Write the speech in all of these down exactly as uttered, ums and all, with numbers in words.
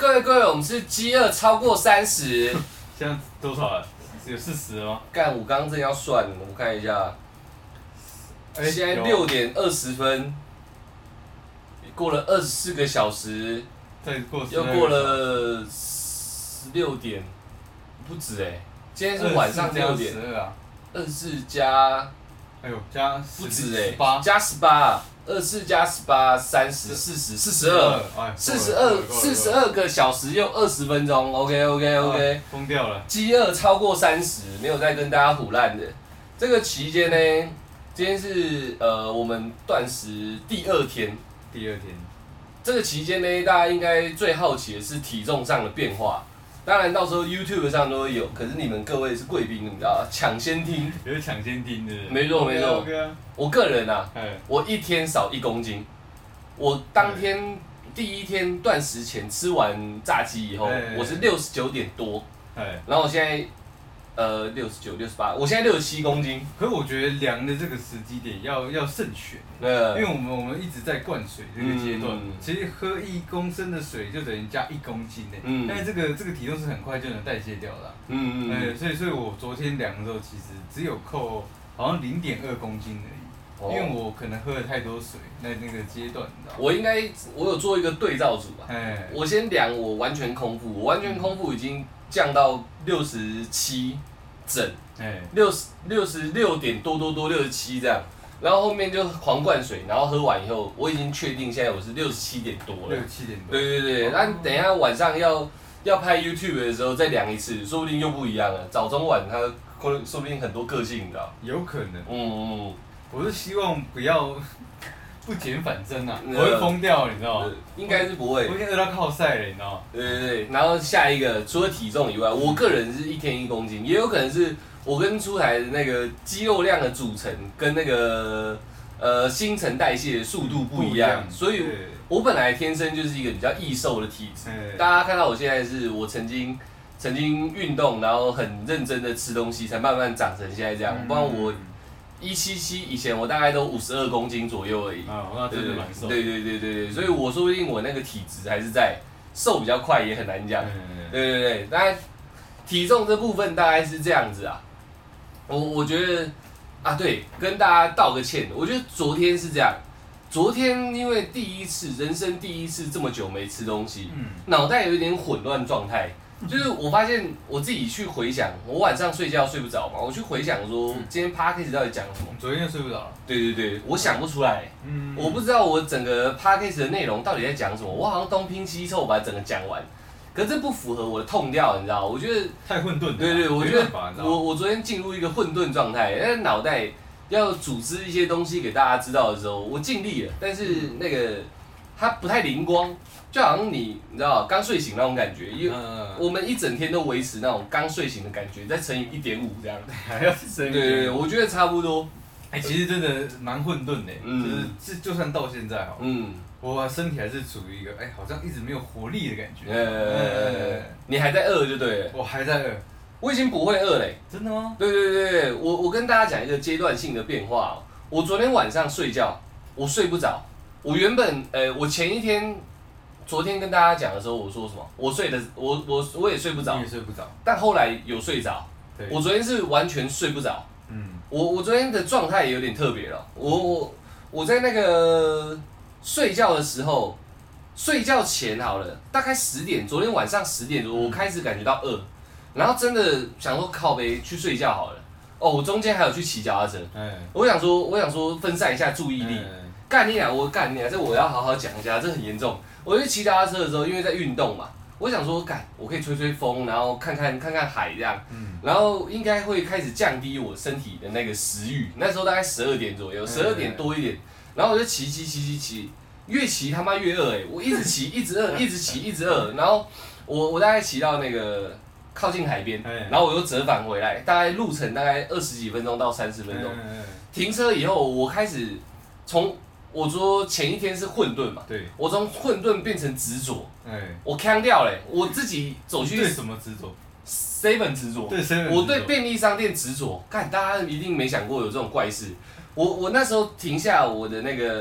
各位各位，我们是饥饿超过三十。 现在多少了？有四十了吗？ 干，我刚刚正要算，我看一下， 欸、 现在六点二十分，过了二十四个小时， 再过又过了十六点，不止哎、欸，今天是晚上六点，二十四加， 哎呦加不止哎、 欸， 加十八。二十四加十八，三十，四十，四十二，四十二，四十二个小时又二十分钟 ，OK OK OK， 疯掉了。 饥饿超过三十，没有在跟大家唬烂的。这个期间呢，今天是呃我们断食第二天。 第二天。 这个期间呢，大家应该最好奇的是体重上的变化。当然，到时候 YouTube 上都会有，可是你们各位是贵宾，你知道抢先听， 有抢先听的。 没错没错。我个人啊，我一天少一公斤。我当天第一天断食前吃完炸鸡以后，我是六十九点多，然后我现在呃六十九、六十八，我现在六十七公斤。 可是我觉得量的这个时机点要要慎选，因为我们我们一直在灌水这个阶段，嗯、其实喝一公升的水就等于加一公斤的，嗯、但是这个这个体重是很快就能代谢掉的、啊，嗯嗯，所以所以我昨天量的时候其实只有扣好像零点二公斤而已。因为我可能喝了太多水，在那个阶段，你知道吗？ 我应该，我有做一个对照组啊。我先量我完全空腹，我完全空腹已经降到六十七整，六十六十六点多多多六十七这样，然后后面就狂灌水，然后喝完以后，我已经确定现在我是六十七点多了。 六十七点多。 对对对，那、哦、等一下晚上要要拍 YouTube 的时候再量一次，说不定又不一样了。早中晚它说不定很多个性，你知道？ 有可能。 嗯嗯。 我是希望不要不减反增啊，我会疯掉，你知道吗？ 应该是不会。 我已经饿到靠晒了，你知道吗？ 对对对，然后下一个除了体重以外，我个人是一天一公斤，也有可能是我跟出台的那个肌肉量的组成跟那个呃新陈代谢的速度不一样，所以我本来天生就是一个比较易瘦的体质。大家看到我现在是我曾经曾经运动，然后很认真的吃东西，才慢慢长成现在这样，不然我。一七七以前我大概都五十二公斤左右而已， 啊，那真的蛮瘦。 对对对对对，所以我说不定我那个体质还是在，瘦比较快也很难讲。对对对，当然体重这部分大概是这样子啊。我我觉得啊，对，跟大家道个歉，我觉得昨天是这样，昨天因为第一次人生第一次这么久没吃东西，脑袋有一点混乱状态。就是我发现我自己去回想，我晚上睡觉睡不着嘛，我去回想说今天 podcast 到底讲什么。 昨天就睡不着了。 对对对，我想不出来，嗯，我不知道我整个 podcast 的内容到底在讲什么，我好像东拼西凑把整个讲完，可是这不符合我的痛调，你知道？我觉得太混沌了。 对对，我觉得我我昨天进入一个混沌状态，因为脑袋要组织一些东西给大家知道的时候，我尽力了，但是那个它不太灵光。就好像你，你知道刚睡醒那种感觉，因为我们一整天都维持那种刚睡醒的感觉，再乘以一点五这样， 还要乘以。 对对对，我觉得差不多。 哎，其实真的蛮混沌的，就是就就算到现在哈，嗯，我身体还是处于一个哎，好像一直没有活力的感觉。 呃，你还在饿就对了。 我还在饿， 我已经不会饿嘞。 真的吗？ 对对对，我我跟大家讲一个阶段性的变化。我昨天晚上睡觉，我睡不着。我原本呃，我前一天。昨天跟大家讲的时候，我说什么？我睡的，我我我也睡不着， 你也睡不着， 但后来有睡着。我昨天是完全睡不着。嗯，我我昨天的状态也有点特别了。我我我在那个睡觉的时候，睡觉前好了，大概十点，昨天晚上十点多，我开始感觉到饿，然后真的想说靠北去睡觉好了。哦，我中间还有去骑脚踏车。嗯，我想说，我想说分散一下注意力。干你俩，我干你俩，这我要好好讲一下，这很严重。我去骑脚踏车的时候，因为在运动嘛，我想说，干，我可以吹吹风，然后看看看看海这样，嗯、然后应该会开始降低我身体的那个食欲。那时候大概十二点左右，十二点多一点，然后我就骑骑骑骑骑，越骑他妈越饿哎、欸！我一直骑，一直饿，一直骑，一直饿。然后我我大概骑到那个靠近海边，然后我又折返回来，大概路程大概二十几分钟到三十分钟。停车以后，我开始从。我说前一天是混沌嘛，对，我从混沌变成执着，哎，我扛掉嘞，我自己走去对什么执着 ？seven 执着， 对 seven， 我对便利商店执着。看大家一定没想过有这种怪事。我我那时候停下我的那个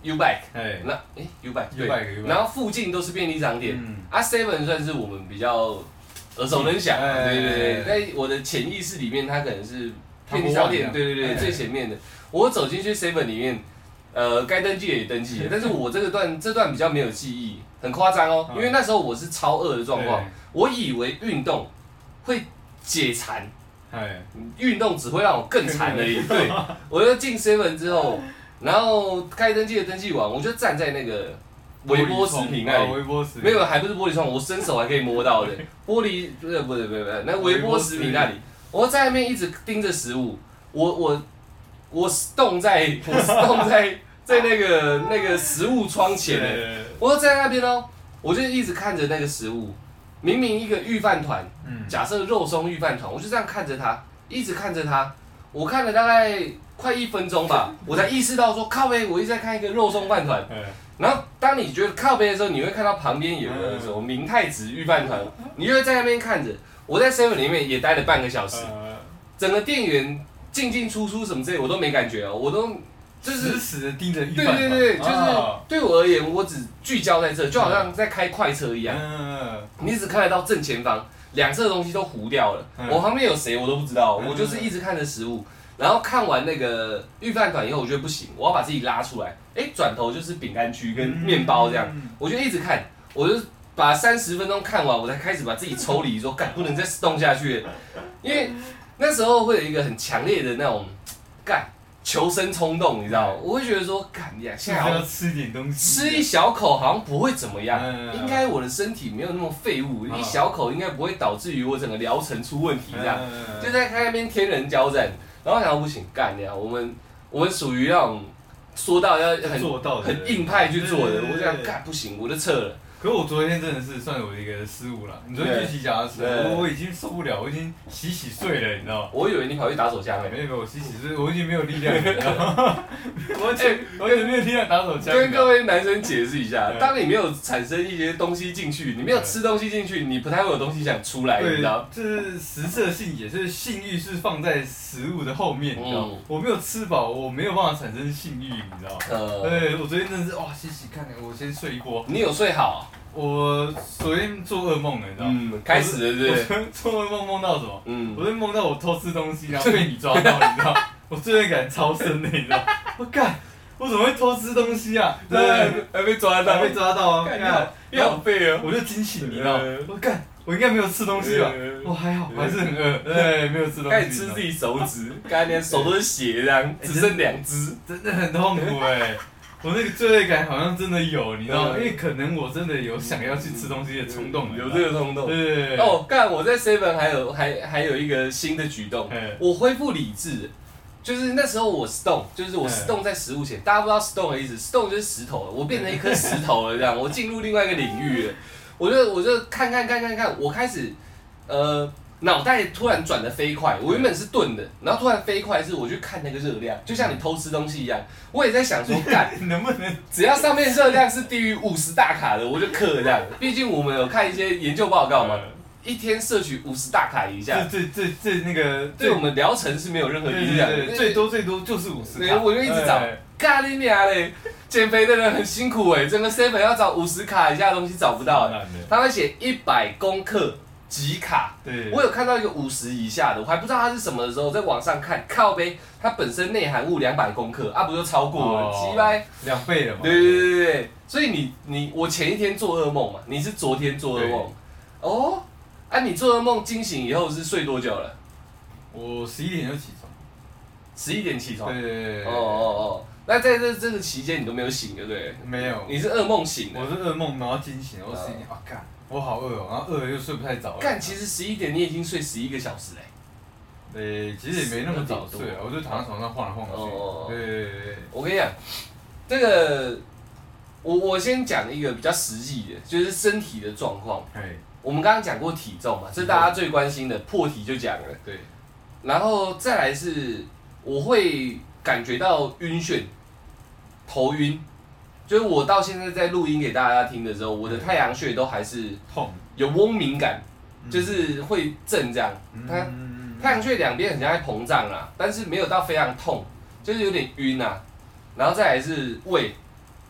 U bike， 那哎 U bike 对，然后附近都是便利商店，啊 Seven 算是我们比较耳熟能详，对对对，在我的潜意识里面，它可能是便利商店，对对对，最前面的。我走进去 Seven 里面，呃，该登记的也登记了，但是我这个段这段比较没有记忆，很夸张哦，因为那时候我是超饿的状况，我以为运动会解馋，运动只会让我更馋而已。对，我就进 Seven 之后，然后该登记的登记完，我就站在那个微波食品那里，没有，还不是玻璃窗，我伸手还可以摸到的玻璃，不是不是不是不是，那微波食品那里，我在那边一直盯着食物，我我我动在我动在在那个那个食物窗前的，我在那边哦，我就一直看着那个食物。明明一个御饭团，假设肉松御饭团，我就这样看着它，一直看着它，我看了大概快一分钟吧，我才意识到说靠北，我一直在看一个肉松饭团。然后当你觉得靠北的时候，你会看到旁边有个什么明太子御饭团，你就会在那边看着。我在 Seven 里面也待了半个小时，整个店员进进出出什么之类我都没感觉哦，我都。就是死死的盯着御饭团。 对对对，就是对我而言，我只聚焦在这，就好像在开快车一样。你只看得到正前方，两侧的东西都糊掉了。我旁边有谁我都不知道，我就是一直看着食物。然后看完那个御饭团以后，我觉得不行，我要把自己拉出来。哎，转头就是饼干区跟面包这样，我就一直看，我就把三十分钟看完，我才开始把自己抽离，说干不能再动下去了，因为那时候会有一个很强烈的那种干。求生冲动，你知道吗？我会觉得说，干呀，现在要吃点东西， 吃一小口好像不会怎么样，应该我的身体没有那么废物，一小口应该不会导致于我整个疗程出问题这样，就在那边天人交战，然后想不行，干呀，我们我们属于那种说到要很很硬派去做的，我这样干不行，我就撤了。 可是我昨天真的是算我的一个失误了。你昨天去骑脚踏车，我我已经受不了，我已经洗洗睡了，你知道吗？ 我以为你跑去打手枪了。 没有没有，我洗洗睡，我已经没有力量了，你知道吗？完全完全没有力量打手枪。 跟各位男生解释一下，当你没有产生一些东西进去，你没有吃东西进去，你不太会有东西想出来，你知道？ 就是食色性也，就是性欲是放在食物的后面，你知道吗？我没有吃饱，我没有办法产生性欲，你知道吗？呃，对，我昨天真的是哇，洗洗看，我先睡一波。 你有睡好？ 我昨天做噩梦了，你知道吗？ 嗯，开始了，对不对？ 做噩梦梦到什么？嗯，我就梦到我偷吃东西，然后被你抓到，你知道？我罪恶感超深的，你知道？我干，我怎么会偷吃东西啊？ 对，还被抓到， 还被抓到啊！ 干，你好废哦！ 我就惊醒，你知道？我干，我应该没有吃东西吧？我还好，我还是很饿，对，没有吃东西。 开始吃自己手指，刚才连手都是血这样，只剩两只， 真的很痛苦哎。我那个罪恶感好像真的有，你知道吗？因为可能我真的有想要去吃东西的冲动， 有这个冲动。 对。 哦，干！我在 Seven 还有还还有一个新的举动，我恢复理智，就是那时候我 stone， 就是我 stone 在食物前，大家不知道 stone 的意思 ，stone 就是石头了，我变成一颗石头了，这样，我进入另外一个领域了。我就我就看看看看看，我开始呃。脑袋突然转得飞快，我原本是钝的，然后突然飞快是我去看那个热量，就像你偷吃东西一样，我也在想说，干能不能只要上面热量是低于五十大卡的，我就克这样。毕竟我们有看一些研究报告嘛，一天摄取五十大卡以下， 最最最那个对我们疗程是没有任何影响的， 最多最多就是五十卡。 我就一直找，干你娘嘞！减肥的人很辛苦哎，整个 seven 要找五十卡以下的东西找不到，他会写一百公克。几卡？对，我有看到一个五十以下的，我还不知道它是什么的时候，在网上看，靠杯，它本身内含物两百公克，啊，不就超过了，几百两倍了嘛？ 对对对对对，所以你你我前一天做噩梦嘛，你是昨天做噩梦，哦，啊，你做噩梦惊醒以后是睡多久了？ 我十一点就起床， 十一点起床， 对对对， 哦哦哦，那在这这个期间你都没有醒，对不对？ 没有， 你是噩梦醒的， 我是噩梦，然后惊醒，我十一点啊干。我好饿哦，然后饿了又睡不太早。 干，其实十一点你已经睡十一个小时嘞。 诶，其实也没那么早睡啊，我就躺在床上晃来晃去。哦，对对对。 我跟你讲，这个我我先讲一个比较实际的，就是身体的状况。哎，我们刚刚讲过体重嘛，这是大家最关心的，破题就讲了。 对。 然后再来是，我会感觉到晕眩、头晕。就是我到现在在录音给大家听的时候，我的太阳穴都还是痛， 有嗡鸣感，就是会震这样。它太阳穴两边很像在膨胀啦，但是没有到非常痛，就是有点晕啊。然后再来是胃，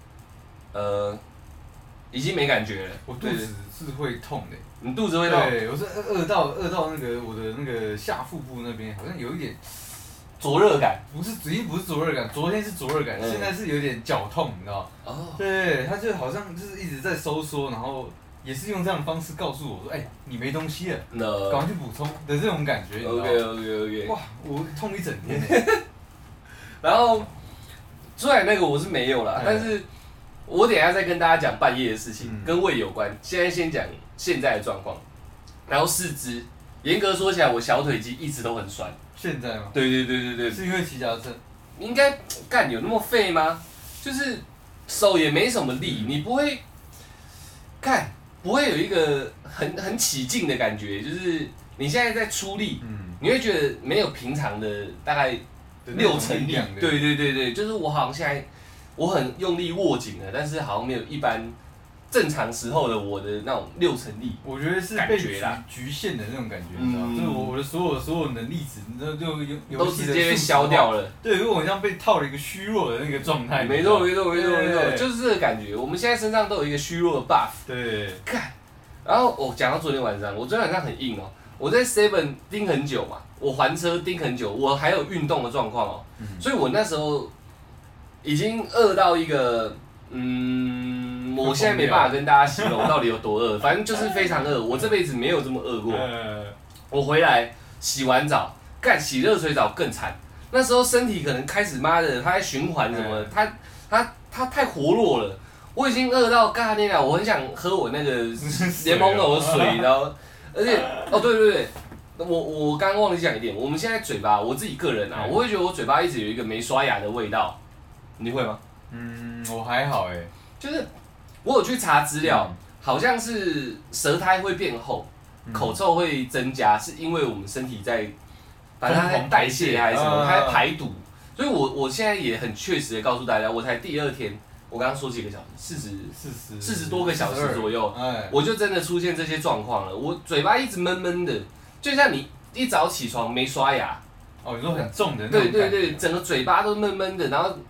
呃，已经没感觉了。 我肚子是会痛的。 你肚子会痛？ 对，我是饿到饿到那个我的那个下腹部那边好像有一点灼热感。 不是，已经不是灼热感，昨天是灼热感，嗯、现在是有点绞痛，你知道吗？哦。对，他就好像就是一直在收缩，然后也是用这样的方式告诉我说：“哎、欸，你没东西了，赶快去补充的这种感觉。” OK OK OK。 哇，我痛一整天然后，虽然那个我是没有啦，嗯、但是我等一下再跟大家讲半夜的事情，嗯、跟胃有关。现在先讲现在的状况，然后四肢，严格说起来，我小腿肌一直都很酸。 现在吗？ 对对对对对。 是因为骑脚踏车？ 应该干有那么废吗？就是手也没什么力，你不会干不会有一个很很起劲的感觉，就是你现在在出力，嗯、你会觉得没有平常的大概六成力。对对对对，就是我好像现在我很用力握紧了，但是好像没有一般正常时候的我的那种六成力。 我觉得是被局局限的那种感觉，你知道吗？就是我的所有所有能力值，你知道就游都直接被消掉了。 对，因为我好像被套了一个虚弱的那个状态。 没错没错没错没错，就是这个感觉。我们现在身上都有一个虚弱的 buff。 对。 看，然后我讲到昨天晚上，我昨天晚上很硬哦，我在 Seven 盯很久嘛，我还车盯很久，我还有运动的状况哦，嗯、所以我那时候已经饿到一个。嗯，我现在没办法跟大家形容到底有多饿，反正就是非常饿。我这辈子没有这么饿过。我回来洗完澡，干洗热水澡更惨。那时候身体可能开始妈的，它在循环什么，它它它太活络了。我已经饿到干天了，我很想喝我那个莲蓬头的水，然后而且哦对对对，我我刚刚忘记讲一点，我们现在嘴巴，我自己个人啊，我会觉得我嘴巴一直有一个没刷牙的味道，你会吗？ 嗯，我还好哎， 就是我有去查资料，嗯、好像是舌苔会变厚，嗯、口臭会增加，是因为我们身体在把它代谢还是什么，它在排毒。所以我我现在也很确实的告诉大家，我才第二天，我刚刚说几个小时，四十四十四十多个小时左右，我就真的出现这些状况了。我嘴巴一直闷闷的，就像你一早起床没刷牙， 哦，你说很重的那种感觉， 对对对，整个嘴巴都闷闷的，然后。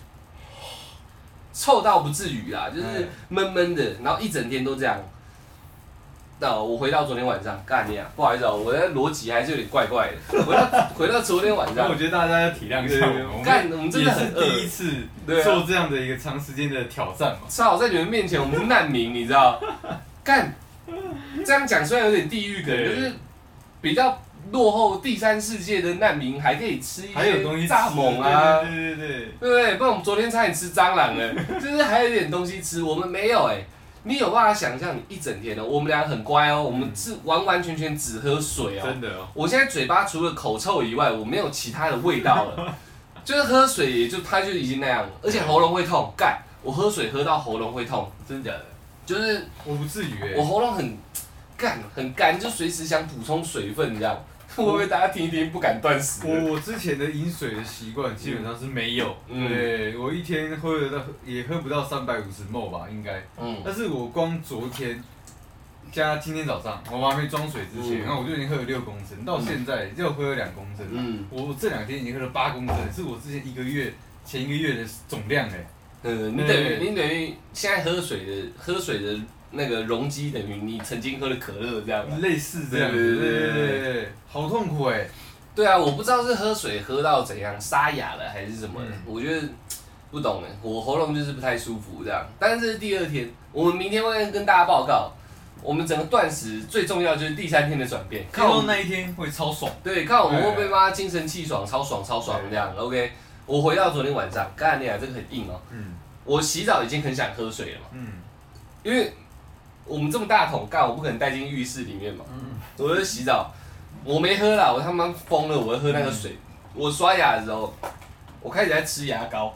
臭到不至于啦，就是闷闷的，然后一整天都这样。那我回到昨天晚上，干你啊！不好意思哦，我的逻辑还是有点怪怪的。回到回到昨天晚上， 我觉得大家要体谅一下我们。 干，我们真的很饿。 第一次做这样的一个长时间的挑战嘛。 至少在你们面前，我们是难民，你知道？干，这样讲虽然有点地狱梗，就是比较。落后第三世界的难民还可以吃一些蚱蜢啊， 对对对对， 对不对？不然我们昨天差点吃蟑螂了，就是还有一点东西吃，我们没有哎、欸。你有办法想象你一整天呢？我们俩很乖哦，我们是完完全全只喝水哦。 真的哦。 我现在嘴巴除了口臭以外，我没有其他的味道了，就是喝水也就它就已经那样，而且喉咙会痛，干，我喝水喝到喉咙会痛， 真的假的？ 就是我不至于哎、欸， 我喉咙很干很干，就随时想补充水分这样。会不会大家听一听不敢断食？ 我我之前的饮水的习惯基本上是没有，嗯、对我一天喝得到也喝不到三百五十 ml 吧，应该。嗯。但是我光昨天加今天早上，我还没装水之前，然后、嗯、我就已经喝了六公升，到现在就喝了两公升。嗯。我这两天已经喝了八公升，是我之前一个月前一个月的总量哎。 嗯，你等于你等于现在喝水的喝水的。那个容积等于你曾经喝的可乐这样， 类似这样，对对对对对，好痛苦哎。 对啊，我不知道是喝水喝到怎样沙哑了还是什么的，嗯、我觉得不懂哎，我喉咙就是不太舒服这样。但是这是第二天，我们明天会跟大家报告，我们整个断食最重要就是第三天的转变， 看我们那一天会超爽。 对，看我们会不会妈精神气爽，超爽超爽这样。OK， 我回到昨天晚上，干你啊，这个很硬哦。嗯。我洗澡已经很想喝水了嘛。嗯。因为。我们这么大桶干，我不可能带进浴室里面嘛。嗯、我就洗澡，我没喝啦，我他妈疯了，我要喝那个水。嗯、我刷牙的时候，我开始在吃牙膏。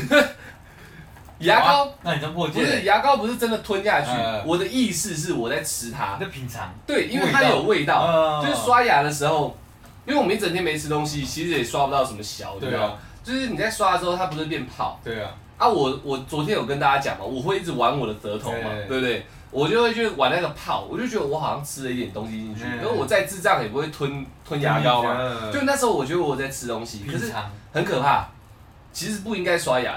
牙膏？ 那你真破戒。 不是牙膏，不是真的吞下去，呃、我的意识是我在吃它。 在品尝。 对，因为它有味道。呃、就是刷牙的时候，因为我们一整天没吃东西，其实也刷不到什么小的。对啊。就是你在刷的时候，它不是变泡。 对啊。 啊，我我昨天有跟大家讲嘛，我会一直玩我的舌头嘛，对不对？我就会去玩那个泡，我就觉得我好像吃了一点东西进去，可是我再智障也不会吞吞牙膏嘛。就那时候我觉得我在吃东西，可是很可怕。其实不应该刷牙的，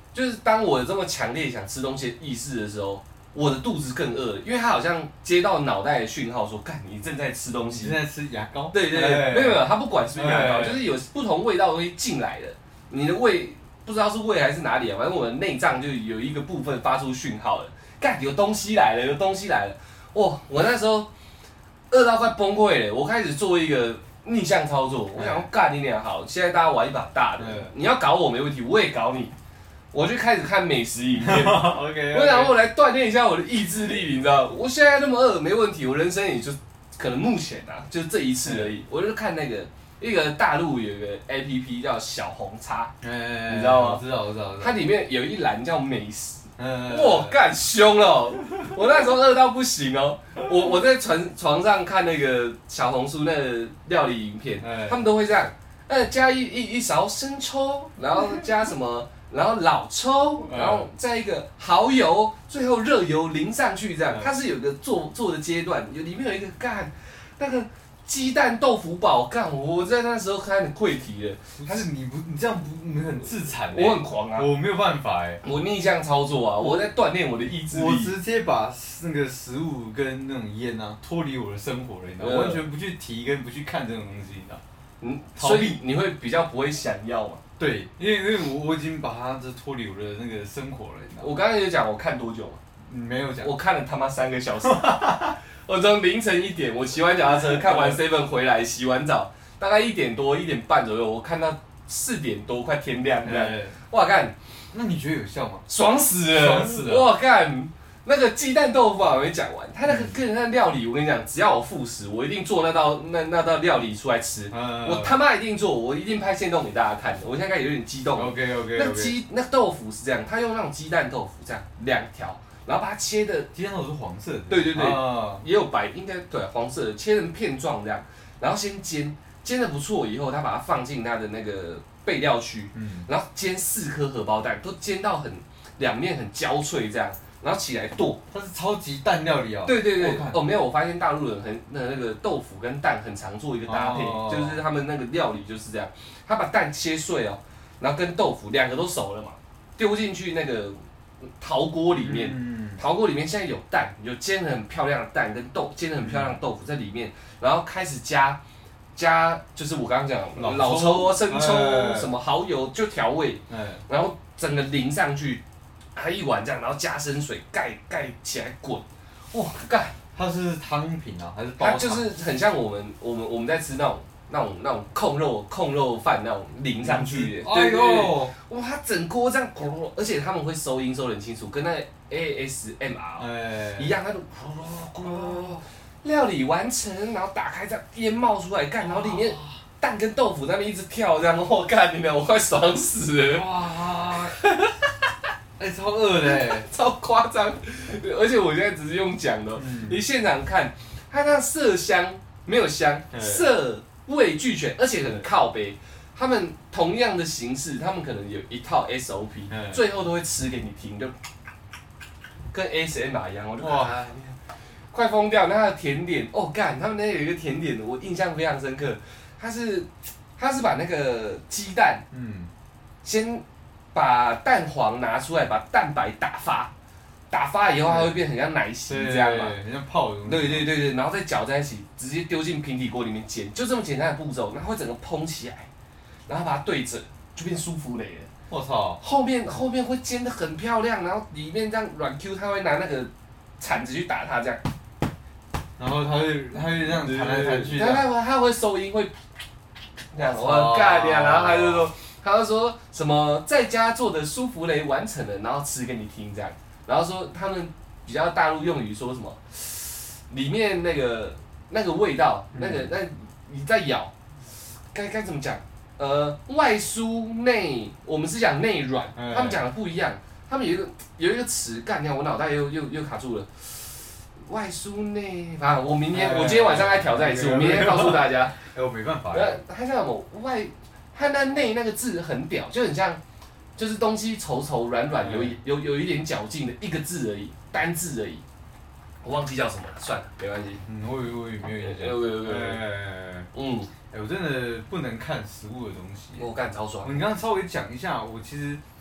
就是当我有这么强烈想吃东西的意识的时候，我的肚子更饿了，因为它好像接到脑袋的讯号说，干，你正在吃东西， 你正在吃牙膏。 对对对，没有没有，它不管是不是牙膏，就是有不同味道的东西进来了，你的胃不知道是胃还是哪里啊，反正我的内脏就有一个部分发出讯号了，干，有东西来了，有东西来了，哇，我那时候饿到快崩溃了，我开始做一个逆向操作，我想要干你俩好，现在大家玩一把大的，你要搞我没问题，我也搞你。我就开始看美食影片， okay, okay. 我想我来锻炼一下我的意志力，你知道？我现在那么饿没问题，我人生也就可能目前啊，就这一次而已。我就看那个一个大陆有一个 A P P 叫小红叉， 欸、 你知道吗？ 我知道，我知道。 它里面有一栏叫美食，哇，干凶了！我那时候饿到不行哦，我我在床床上看那个小红书那个料理影片，欸、他们都会这样，呃，加一一一勺生抽，然后加什么？然后老抽，然后再一个蚝油，最后热油淋上去，这样它是有一个做做的阶段，有里面有一个干那个鸡蛋豆腐堡，干我在那时候开始溃堤了。 他是你不你这样不你很自残、欸， 我很狂啊， 我没有办法哎、欸， 我逆向操作啊，我在锻炼我的意志力。 我直接把那个食物跟那种烟啊脱离我的生活了，你知道，我完全不去提跟不去看这种东西，你知道。 嗯，所以你会比较不会想要嘛？ 对，因为因为我我已经把它这脱离我的那个生活了，你知道。 我刚才有讲我看多久嘛？ 你没有讲。 我看了他妈三个小时。我从凌晨一点，我骑完脚踏车看完 seven 回来，洗完澡，大概一点多一点半左右，我看到四点多快天亮这样。哇干！ 那你觉得有效吗？ 爽死了！ 爽死了！ 哇干！那个鸡蛋豆腐啊，我没讲完，他那个个人那料理，我跟你讲，只要我复食，我一定做那道那那道料理出来吃。嗯、我他妈一定做，我一定拍限动给大家看。我现在有点激动。 OK OK。 那鸡那豆腐是这样，他用那种鸡蛋豆腐这样两条，然后把它切的鸡蛋豆腐是黄色的。 对对对， 啊、 也有白，应该对黄色的，切成片状这样，然后先煎，煎的不错以后，他把它放进他的那个备料区，嗯、然后煎四颗荷包蛋，都煎到很两面很焦脆这样。然后起来剁， 它是超级蛋料理哦。 对对对，哦没有，我发现大陆人很那那个豆腐跟蛋很常做一个搭配，哦、就是他们那个料理就是这样，他把蛋切碎哦，然后跟豆腐两个都熟了嘛，丢进去那个陶锅里面，嗯、陶锅里面现在有蛋，有煎得很漂亮的蛋跟豆，煎得很漂亮的豆腐在里面，然后开始加加就是我刚刚讲老抽、生抽、哎、什么蚝油就调味，哎、然后整个淋上去。它一碗这样，然后加生水盖盖起来滚，哇干！ 它是汤品啊，还是煲汤？ 它就是很像我们我们我们在吃那种那种那种控肉控肉饭那种淋上去的，对对对，哇！它整锅这样咕噜，而且他们会收音收得很清楚，跟那 A S M R 一样，那种咕噜咕噜，料理完成，然后打开这样烟冒出来干，然后里面蛋跟豆腐在那边一直跳这样，我干你们，我快爽死了！哇！ 哎、欸，超饿的哎， 超夸张，而且我现在只是用讲的，嗯、你现场看，它那色香没有香，色味俱全，而且很靠北。他们同样的形式，他们可能有一套 S O P， 最后都会吃给你听，就跟 A S M R 一样，我就哇，快疯掉。那它的甜点，哦干，他们那有一个甜点，我印象非常深刻，它是它是把那个鸡蛋，嗯，先。把蛋黄拿出来，把蛋白打发，打发以后它会变很像奶昔这样嘛， 很像泡的东西。 对对对对，然后再搅在一起，直接丢进平底锅里面煎，就这么简单的步骤，然后会整个蓬起来，然后把它对折，就变舒芙蕾了。 我操！ 后面后面会煎得很漂亮，然后里面这样软 Q， 他会拿那个铲子去打它这样， 然后它会它会这样弹来弹去， 它它它会收音会这样，我干你啊！然后他就说。他就说什么在家做的舒芙蕾完成了，然后吃给你听这样，然后说他们比较大陆用语说什么，里面那个那个味道，那个那你在咬，该该怎么讲？呃，外酥内，我们是讲内软，他们讲的不一样，他们有一个有一个词，干掉我脑袋又又又卡住了，外酥内，反正我明天我今天晚上再挑战一次，我明天告诉大家。 哎，我没办法。 它叫什么外？它那内那个字很屌，就很像，就是东西稠稠软软，有有有一点嚼劲的一个字而已，单字而已。我忘记叫什么了，算了，没关系。 嗯，我以为我也没有印象。 有有有。 嗯，哎，我真的不能看食物的东西。 我干超爽。 你刚刚稍微讲一下，我其实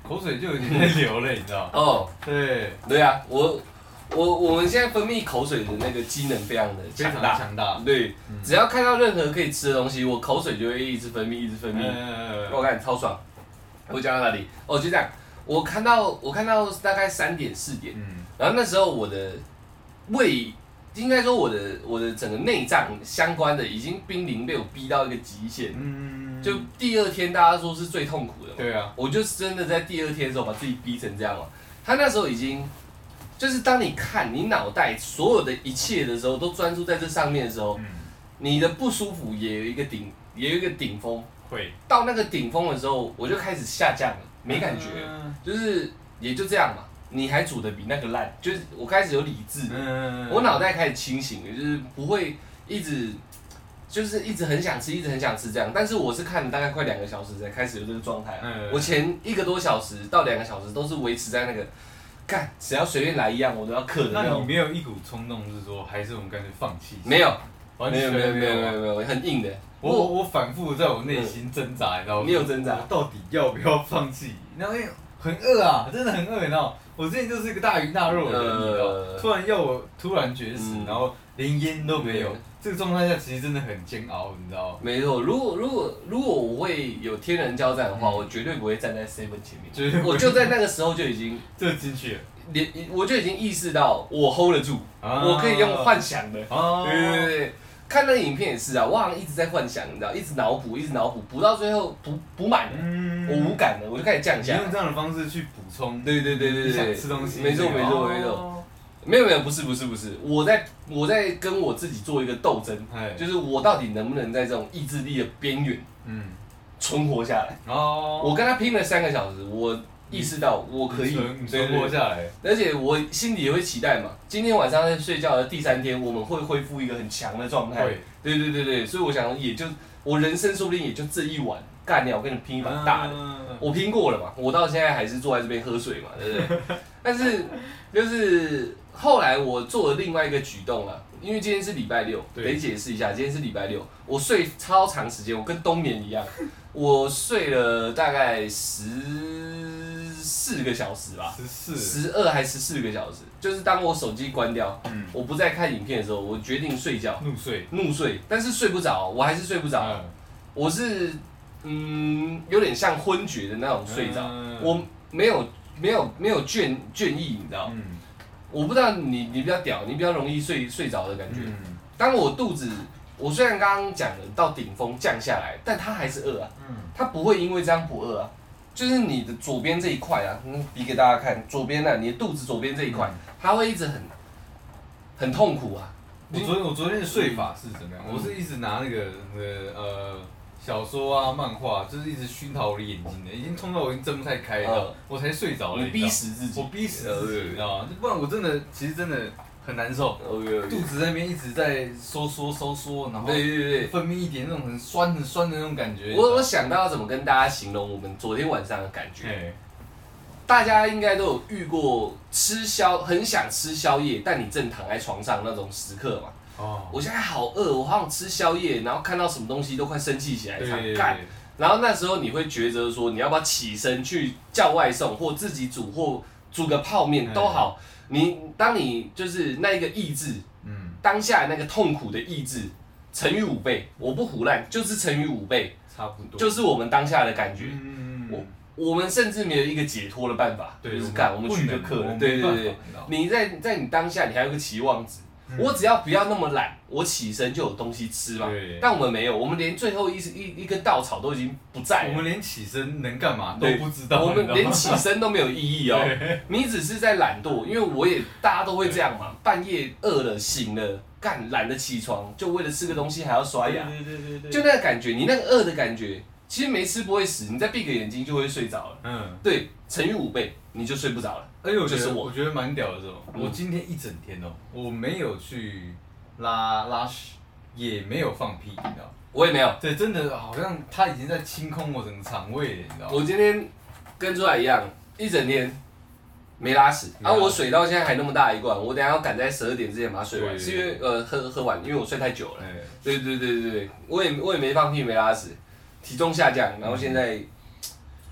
口水就有点在流了，你知道？ 哦， 对， 对啊，我我我们现在分泌口水的那个机能非常的强大， 强大。 对，嗯、只要看到任何可以吃的东西，我口水就会一直分泌，一直分泌。嗯、我看超爽。我讲到哪里？哦，就这样。我看到我看到大概三点四点，嗯、然后那时候我的胃。应该说我的我的整个内脏相关的已经濒临被我逼到一个极限，嗯，就第二天大家说是最痛苦的嘛， 对啊， 我就真的在第二天的时候把自己逼成这样嘛。他那时候已经，就是当你看你脑袋所有的一切的时候，都专注在这上面的时候，嗯、你的不舒服也有一个顶，也有一个顶峰， 会到那个顶峰的时候，我就开始下降了，没感觉，嗯、就是也就这样嘛。你还煮的比那个烂，就是我开始有理智，嗯、我脑袋开始清醒了，就是不会一直，就是一直很想吃，一直很想吃这样。但是我是看了大概快两个小时才开始有这个状态。嗯、我前一个多小时到两个小时都是维持在那个，干只要随便来一样我都要克的那种。 那你没有一股冲动，是说还是我们干脆放弃？ 没有，没有没有没有没有没有，很硬的。 我我我反复在我内心挣扎，你知道吗？ 你有挣扎？ 到底要不要放弃？然后很饿啊，真的很饿，你知道。我之前就是一个大鱼大肉的人，你知道，突然要我突然绝食，然后连烟都没有，这个状态下其实真的很煎熬，你知道。 没错，如果如果如果我会有天人交战的话，我绝对不会站在 seven 前面，我就在那个时候就已经就进去了， 连我就已经意识到我 hold 得住，我可以用幻想的，对对对。看那个影片也是啊，我好像一直在幻想，你知道，一直脑补，一直脑补，补到最后补补满了，嗯、我无感了，我就开始降下。 你用这样的方式去补充， 对对对对对， 想吃东西， 没错没错没错，没有没有不是不是不是，我在我在跟我自己做一个斗争，就是我到底能不能在这种意志力的边缘，嗯，存活下来。哦，我跟他拼了三个小时，我。意识到我可以存活下来， 而且我心里也会期待嘛。今天晚上在睡觉的第三天，我们会恢复一个很强的状态。对对对对，所以我想也就我人生说不定也就这一碗干掉，我跟你拼一碗大的。我拼过了嘛，我到现在还是坐在这边喝水嘛，对不对？但是就是后来我做了另外一个举动了，因为今天是礼拜六，得解释一下，今天是礼拜六，我睡超长时间，我跟冬眠一样，我睡了大概十。四个小时吧，十四、十二还十四个小时，就是当我手机关掉，嗯、我不再看影片的时候，我决定睡觉， 怒睡， 怒睡，但是睡不着，我还是睡不着，嗯、我是嗯有点像昏厥的那种睡着，嗯、我没有没有没有倦倦意，你知道，嗯、我不知道你你比较屌，你比较容易睡睡着的感觉，嗯、当我肚子。我虽然刚刚讲了到顶峰降下来，但它还是饿啊，嗯、它不会因为这样不饿啊。就是你的左边这一块啊，嗯，比给大家看，左边啊，你的肚子左边这一块，它会一直很很痛苦啊。 我昨天我昨天的睡法是怎么样？嗯、我是一直拿那个那个呃小说啊漫画，就是一直熏陶我的眼睛的，已经痛到我已经睁不太开了，嗯、我才睡着了。 你逼死自己， 我逼死自己，你知道吗？不然我真的其实真的。很难受， okay, okay. 肚子那边一直在收缩收缩，然后对对对，分泌一点那种很酸很酸的那种感觉。 我我想到要怎么跟大家形容我们昨天晚上的感觉。大家应该都有遇过吃宵很想吃宵夜，但你正躺在床上那种时刻嘛。哦。我现在好饿，我好想吃宵夜，然后看到什么东西都快生气起来，想干。然后那时候你会抉择说，你要不要起身去叫外送，或自己煮，或煮个泡面都好。你当你就是那一个意志，嗯，当下那个痛苦的意志乘以五倍，我不胡乱，就是乘以五倍， 差不多， 就是我们当下的感觉。嗯，我我们甚至没有一个解脱的办法，就是干，我们去就克了。对对对，你在在你当下，你还有个期望值。我只要不要那么懒，我起身就有东西吃嘛。但我们没有，我们连最后一一一根稻草都已经不在了。 我们连起身能干嘛都不知道。 我们连起身都没有意义哦。你只是在懒惰，因为我也大家都会这样嘛。半夜饿了醒了，干懒得起床，就为了吃个东西还要刷牙。对对对对。就那个感觉，你那个饿的感觉，其实没吃不会死，你再闭个眼睛就会睡着了。嗯。对，乘以五倍，你就睡不着了。 而且我觉得我觉得蛮屌的这种，我今天一整天哦，我没有去拉拉屎，也没有放屁，你知道？ 我也没有。 对，真的好像他已经在清空我整个肠胃了，你知道？ 我今天跟出来一样，一整天没拉屎，啊，我水到现在还那么大一罐，我等一下要赶在十二点之前把它水完，是因为呃喝喝完，因为我睡太久了。对对对对对，我也我也没放屁没拉屎，体重下降，然后现在。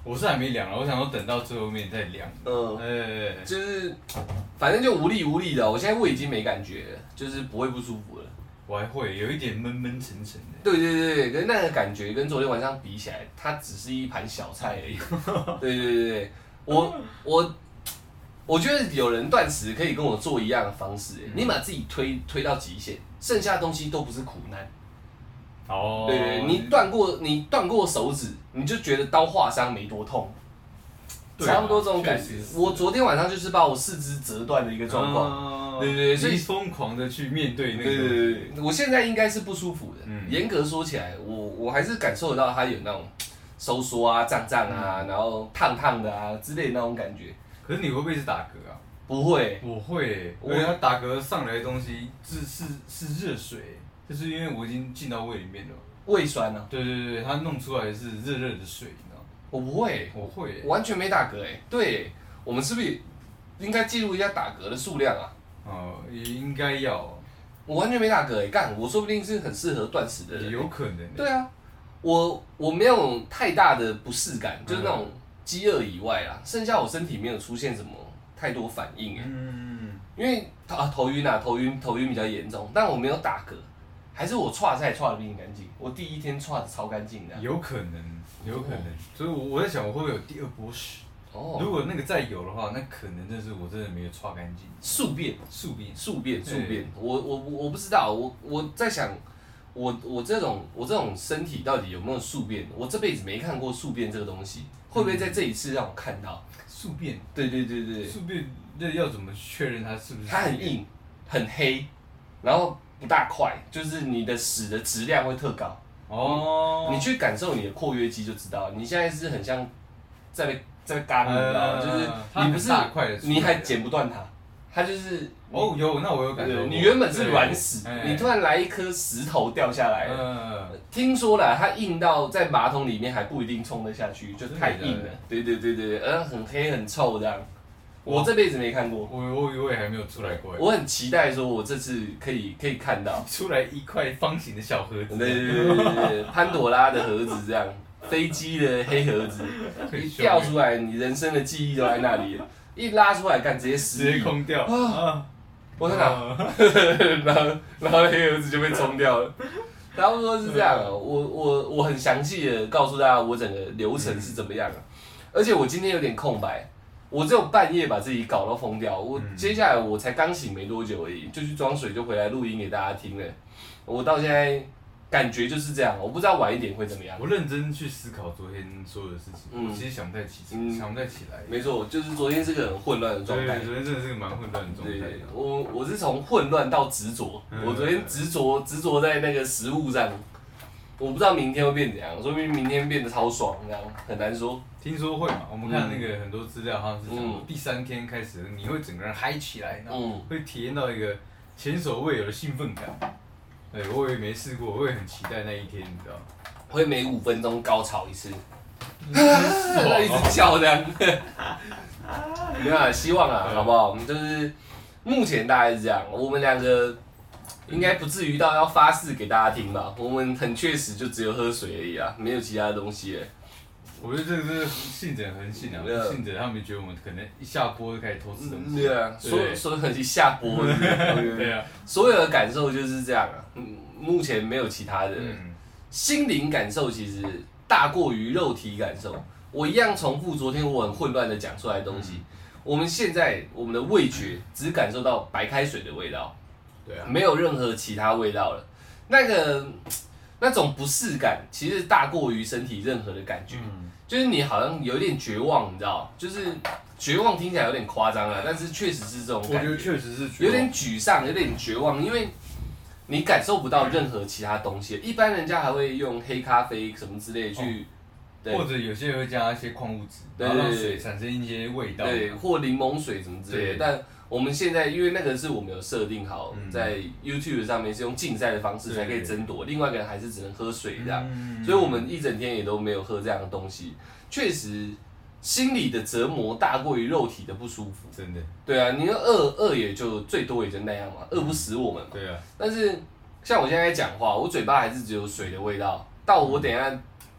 我是还没量了，我想说等到最后面再量。嗯， 哎，就是反正就无力无力的，我现在胃已经没感觉了，就是不会不舒服了。 我还会有一点闷闷沉沉的。 对对对，跟那个感觉跟昨天晚上比起来，它只是一盘小菜而已。对对对对，我我我觉得有人断食可以跟我做一样的方式，嗯、你把自己推推到极限，剩下的东西都不是苦难。哦。对对，你断过你断过手指，你就觉得刀划伤没多痛。差不多这种感觉。我昨天晚上就是把我四肢折断的一个状况，对对对，所以疯狂的去面对那个。 对对对，我现在应该是不舒服的。嗯。严格说起来，我我还是感受得到它有那种收缩啊、胀胀啊，嗯、然后烫烫的啊之类的那种感觉。 可是你会不会是打嗝啊？ 不会。 我会，因为它打嗝上来的东西是是是热水，就是因为我已经进到胃里面了。 胃酸啊？ 对对对，它弄出来是热热的水。 我不会， 我会， 完全没打嗝哎。对，我们是不是应该记录一下打嗝的数量啊？ 哦，也应该要。 我完全没打嗝哎，干，我说不定是很适合断食的人。 有可能。 对啊，我我没有太大的不适感，就是那种饥饿以外啦，剩下我身体没有出现什么太多反应哎。嗯。因为啊头晕啊，头晕头晕比较严重，但我没有打嗝，还是我剉赛剉的比你干净，我第一天剉的超干净的。 有可能。有可能，所以我在想我会不会有第二波屎？哦，如果那个再有的话，那可能真是我真的没有刷干净。 宿便， 宿便， 宿便，宿便。我我我不知道，我我在想，我我这种我这种身体到底有没有宿便？我这辈子没看过宿便这个东西，会不会在这一次让我看到宿便？ 对对对对。 宿便那要怎么确认它是不是？ 它很硬，很黑，然后不大块，就是你的屎的质量会特高。哦，你去感受你的括约肌就知道，你现在是很像在被在被干，你知道吗？就是你不是，你还剪不断它，它就是哦有，那我有感觉。 你原本是软屎，你突然来一颗石头掉下来，听说了，它硬到在马桶里面还不一定冲得下去，就太硬了。对对对对，而很黑很臭这样。我这辈子没看过， 我我我也还没有出来过。 我很期待说，我这次可以可以看到出来一块方形的小盒子， 对对对对对，潘朵拉的盒子这样，飞机的黑盒子，一掉出来，你人生的记忆都在那里，一拉出来，干直接失忆， 直接空掉啊！ 我在哪？然后然后黑盒子就被冲掉了，差不多是这样。我我我很详细的告诉大家我整个流程是怎么样，而且我今天有点空白。我只有半夜把自己搞到疯掉，我接下来我才刚醒没多久而已，就去装水就回来录音给大家听了。我到现在感觉就是这样，我不知道晚一点会怎么样。 我认真去思考昨天所有的事情，嗯、我其实想不太起，嗯、想不太起来。 没错，就是昨天是个很混乱的状态。 对，昨天真的是个蛮混乱的状态。 对，我我是从混乱到执着，嗯、我昨天执着执着在那个食物上。我不知道明天会变怎样，说不定明天变得超爽，这样很难说。 听说会嘛？我们看那个很多资料，好像是讲第三天开始，你会整个人嗨起来，然后会体验到一个前所未有的兴奋感。对，我也没试过，我也很期待那一天，你知道吗？ 会每五分钟高潮一次，一直叫这样。没有啊，希望啊，好不好？我们就是目前大概是这样，我们两个。应该不至于到要发誓给大家听吧？我们很确实就只有喝水而已啊，没有其他的东西了。 我觉得这个是信者恒信啊，信者他们觉得我们可能一下播就开始偷吃东西。 对啊，所所有一下播，对啊，所有的感受就是这样啊。目前没有其他的，心灵感受其实大过于肉体感受。我一样重复昨天我很混乱的讲出来的东西。我们现在我们的味觉只感受到白开水的味道。对啊，没有任何其他味道了。那个那种不适感，其实大过于身体任何的感觉。嗯、就是你好像有一点绝望，你知道？就是绝望听起来有点夸张啊，但是确实是这种感觉。 我觉得确实是有点沮丧，有点绝望，因为你感受不到任何其他东西。一般人家还会用黑咖啡什么之类去， 哦、或者有些人会加一些矿物质，然后让水产生一些味道， 对，或柠檬水什么之类的，但。我们现在因为那个是我们有设定好，在 YouTube 上面是用竞赛的方式才可以争夺，另外一个人还是只能喝水这样，所以我们一整天也都没有喝这样的东西。确实，心理的折磨大过于肉体的不舒服。 真的。 对啊，你说饿饿也就最多也就那样嘛，饿不死我们嘛。 对啊。 但是像我现在在讲话，我嘴巴还是只有水的味道，到我等一下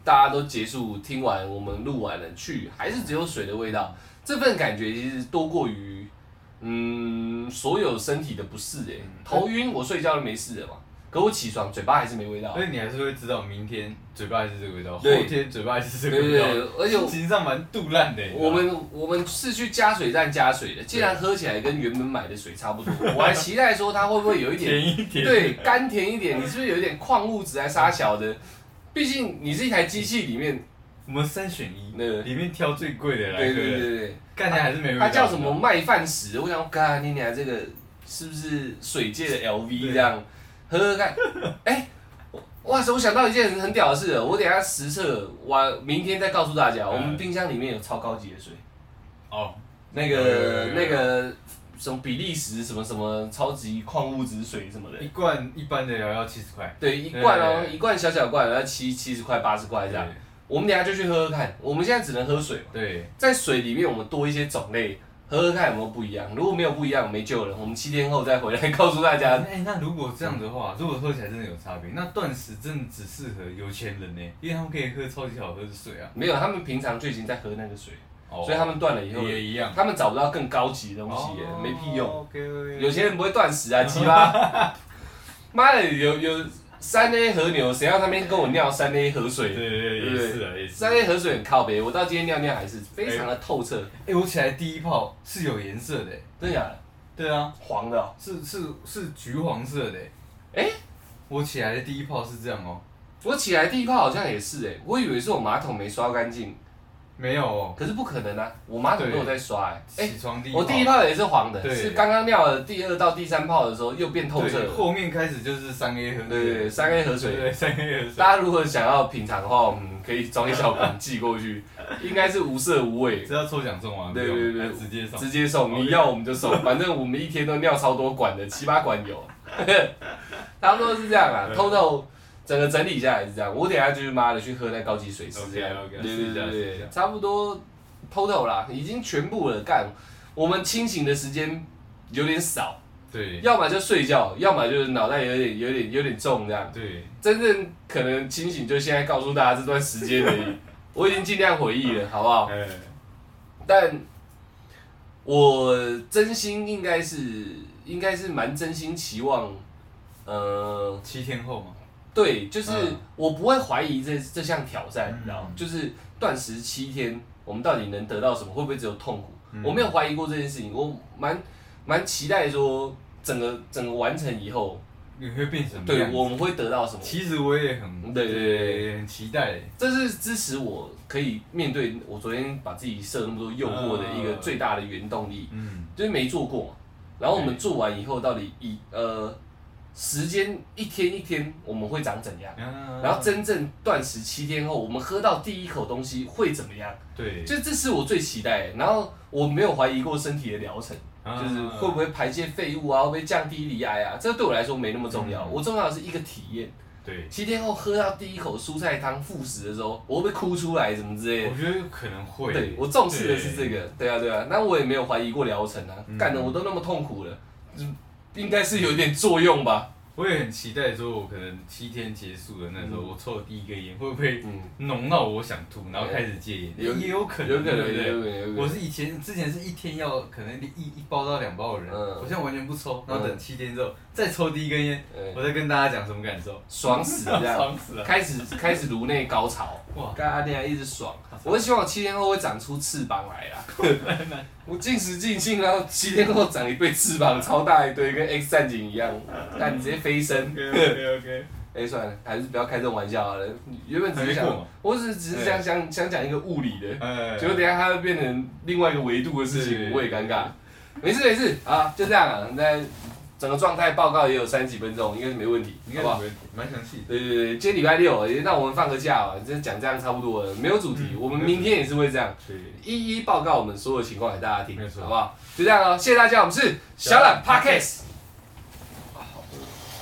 大家都结束听完，我们录完了去，还是只有水的味道，这份感觉其实多过于嗯所有身体的不适哎、欸，头晕我睡觉都没事了嘛。可我起床，嘴巴还是没味道。 所以你还是会知道，明天嘴巴还是这个味道，后天嘴巴还是这个味道。 对对对，而且心情上蛮肚烂的。 我们我们是去加水站加水的，既然喝起来跟原本买的水差不多，我还期待说它会不会有一点甜一点， 对，甘甜一点。你是不是有一点矿物质还沙小的？毕竟你是一台机器里面， 我们三选一，里面挑最贵的来喝。 对对对对， 看起来还是没味道。 它叫什么麦饭石？我想，干你娘这个是不是水界的 L V 这样？喝喝看，哎、欸，哇塞！我想到一件很屌的事了，我等一下实测，我明天再告诉大家，我们冰箱里面有超高级的水。哦，那个那个什么比利时什么什么超级矿物质水什么的， 一罐一般的要要七十块。 对，一罐哦，一罐小小罐要七七十块八十块这样。我们等一下就去喝喝看，我们现在只能喝水嘛。 对， 在水里面我们多一些种类。喝喝看有没有不一样，如果没有不一样，没救了。我们七天后再回来告诉大家。 哎、欸，那如果这样的话，如果喝起来真的有差别，那断食真的只适合有钱人呢，因为他们可以喝超级好喝的水啊。 没有，他们平常就已经在喝那个水，哦、所以他们断了以后也一样， 他们找不到更高级的东西了，哦、没屁用。 Okay, okay. 有钱人不会断食啊，鸡巴！妈的，有有。三 A 和牛，谁要他们跟我尿三 A 河水？ 对对对，也是啊，也是。 三 A 河水很靠北，我到今天尿尿还是非常的透彻。 哎、欸，我起来第一泡是有颜色的， 真的假的？ 对啊， 黄的、喔， 是是是橘黄色的。 哎、欸， 我起来的第一泡是这样哦、喔。 我起来第一泡好像也是哎，我以为是我马桶没刷干净。 没有哦， 可是不可能啊！我马桶都有在刷哎、欸。 起床第一我第一泡也是黄的，是刚刚尿了第二到第三泡的时候又变透彻了。 后面开始就是三 A 河水。 对对，三 A 河水。 对，三 A 河水。 大家如果想要品尝的话，我们可以装一小瓶寄过去，应该是无色无味。 是要抽奖送吗？ 对对对， 直接送。 直接送，你要我们就送，反正我们一天都尿超多管的，七八管有。差不多是这样啊，偷偷。整个整理下来是这样，我等一下就是妈的去喝那高级水吃这样， okay, okay, 对对对对，差不多 total 啦，已经全部了干。我们清醒的时间有点少， 对， 要么就睡觉，要么就是脑袋有点有点有点重这样。 对， 真正可能清醒就现在告诉大家这段时间而已，我已经尽量回忆了，好不好？欸、但我真心应该是应该是蛮真心期望，呃， 七天后嘛。 对，就是我不会怀疑这这项挑战，你知道吗？就是断食七天，我们到底能得到什么？会不会只有痛苦？我没有怀疑过这件事情，我蛮蛮期待说整个整个完成以后， 你会变什么？ 对，我们会得到什么？ 其实我也很对对对， 很期待。 这是支持我可以面对我昨天把自己设那么多诱惑的一个最大的原动力。嗯，就是没做过嘛，然后我们做完以后，到底以呃。时间一天一天我们会长怎样？啊、然后真正断食七天后，我们喝到第一口东西会怎么样？ 对， 就这是我最期待的。然后我没有怀疑过身体的疗程，啊、就是会不会排泄废物啊，会不会降低离癌啊？这对我来说没那么重要，嗯、我重要的是一个体验。 对， 七天后喝到第一口蔬菜汤复食的时候，我会不会哭出来什么之类的？ 我觉得可能会。 对，我重视的是这个。对啊，对啊，那我也没有怀疑过疗程啊，嗯、干的我都那么痛苦了，应该是有一点作用吧。 我也很期待，说我可能七天结束的那时候，我抽了第一根烟，会不会浓到我想吐，然后开始戒烟？也有可能， 有可能， 对不对？ 我是以前之前是一天要可能一一包到两包的人，我现在完全不抽，然后等七天之后再抽第一根烟，我再跟大家讲什么感受， 爽死这样， 爽死了， 开始开始颅内高潮，哇，干阿爹还一直爽，我希望七天后会长出翅膀来啦。我尽时尽兴，然后七天后长一对翅膀，超大一堆，跟 X 战警一样，看你直接飞升。 OK OK。 哎，算了，还是不要开这种玩笑好了。原本只是想，我只只是想想想讲一个物理的，结果等一下它会变成另外一个维度的事情，我也尴尬。没事没事啊，就这样啊。那整个状态报告也有三十几分钟，应该是没问题， 好不好？蛮详细。 对对对，今天礼拜六，那我们放个假吧，就讲这样差不多了，没有主题。我们明天也是会这样，一一报告我们所有情况给大家听，好不好？就这样哦，谢谢大家，我们是小懒 Podcast。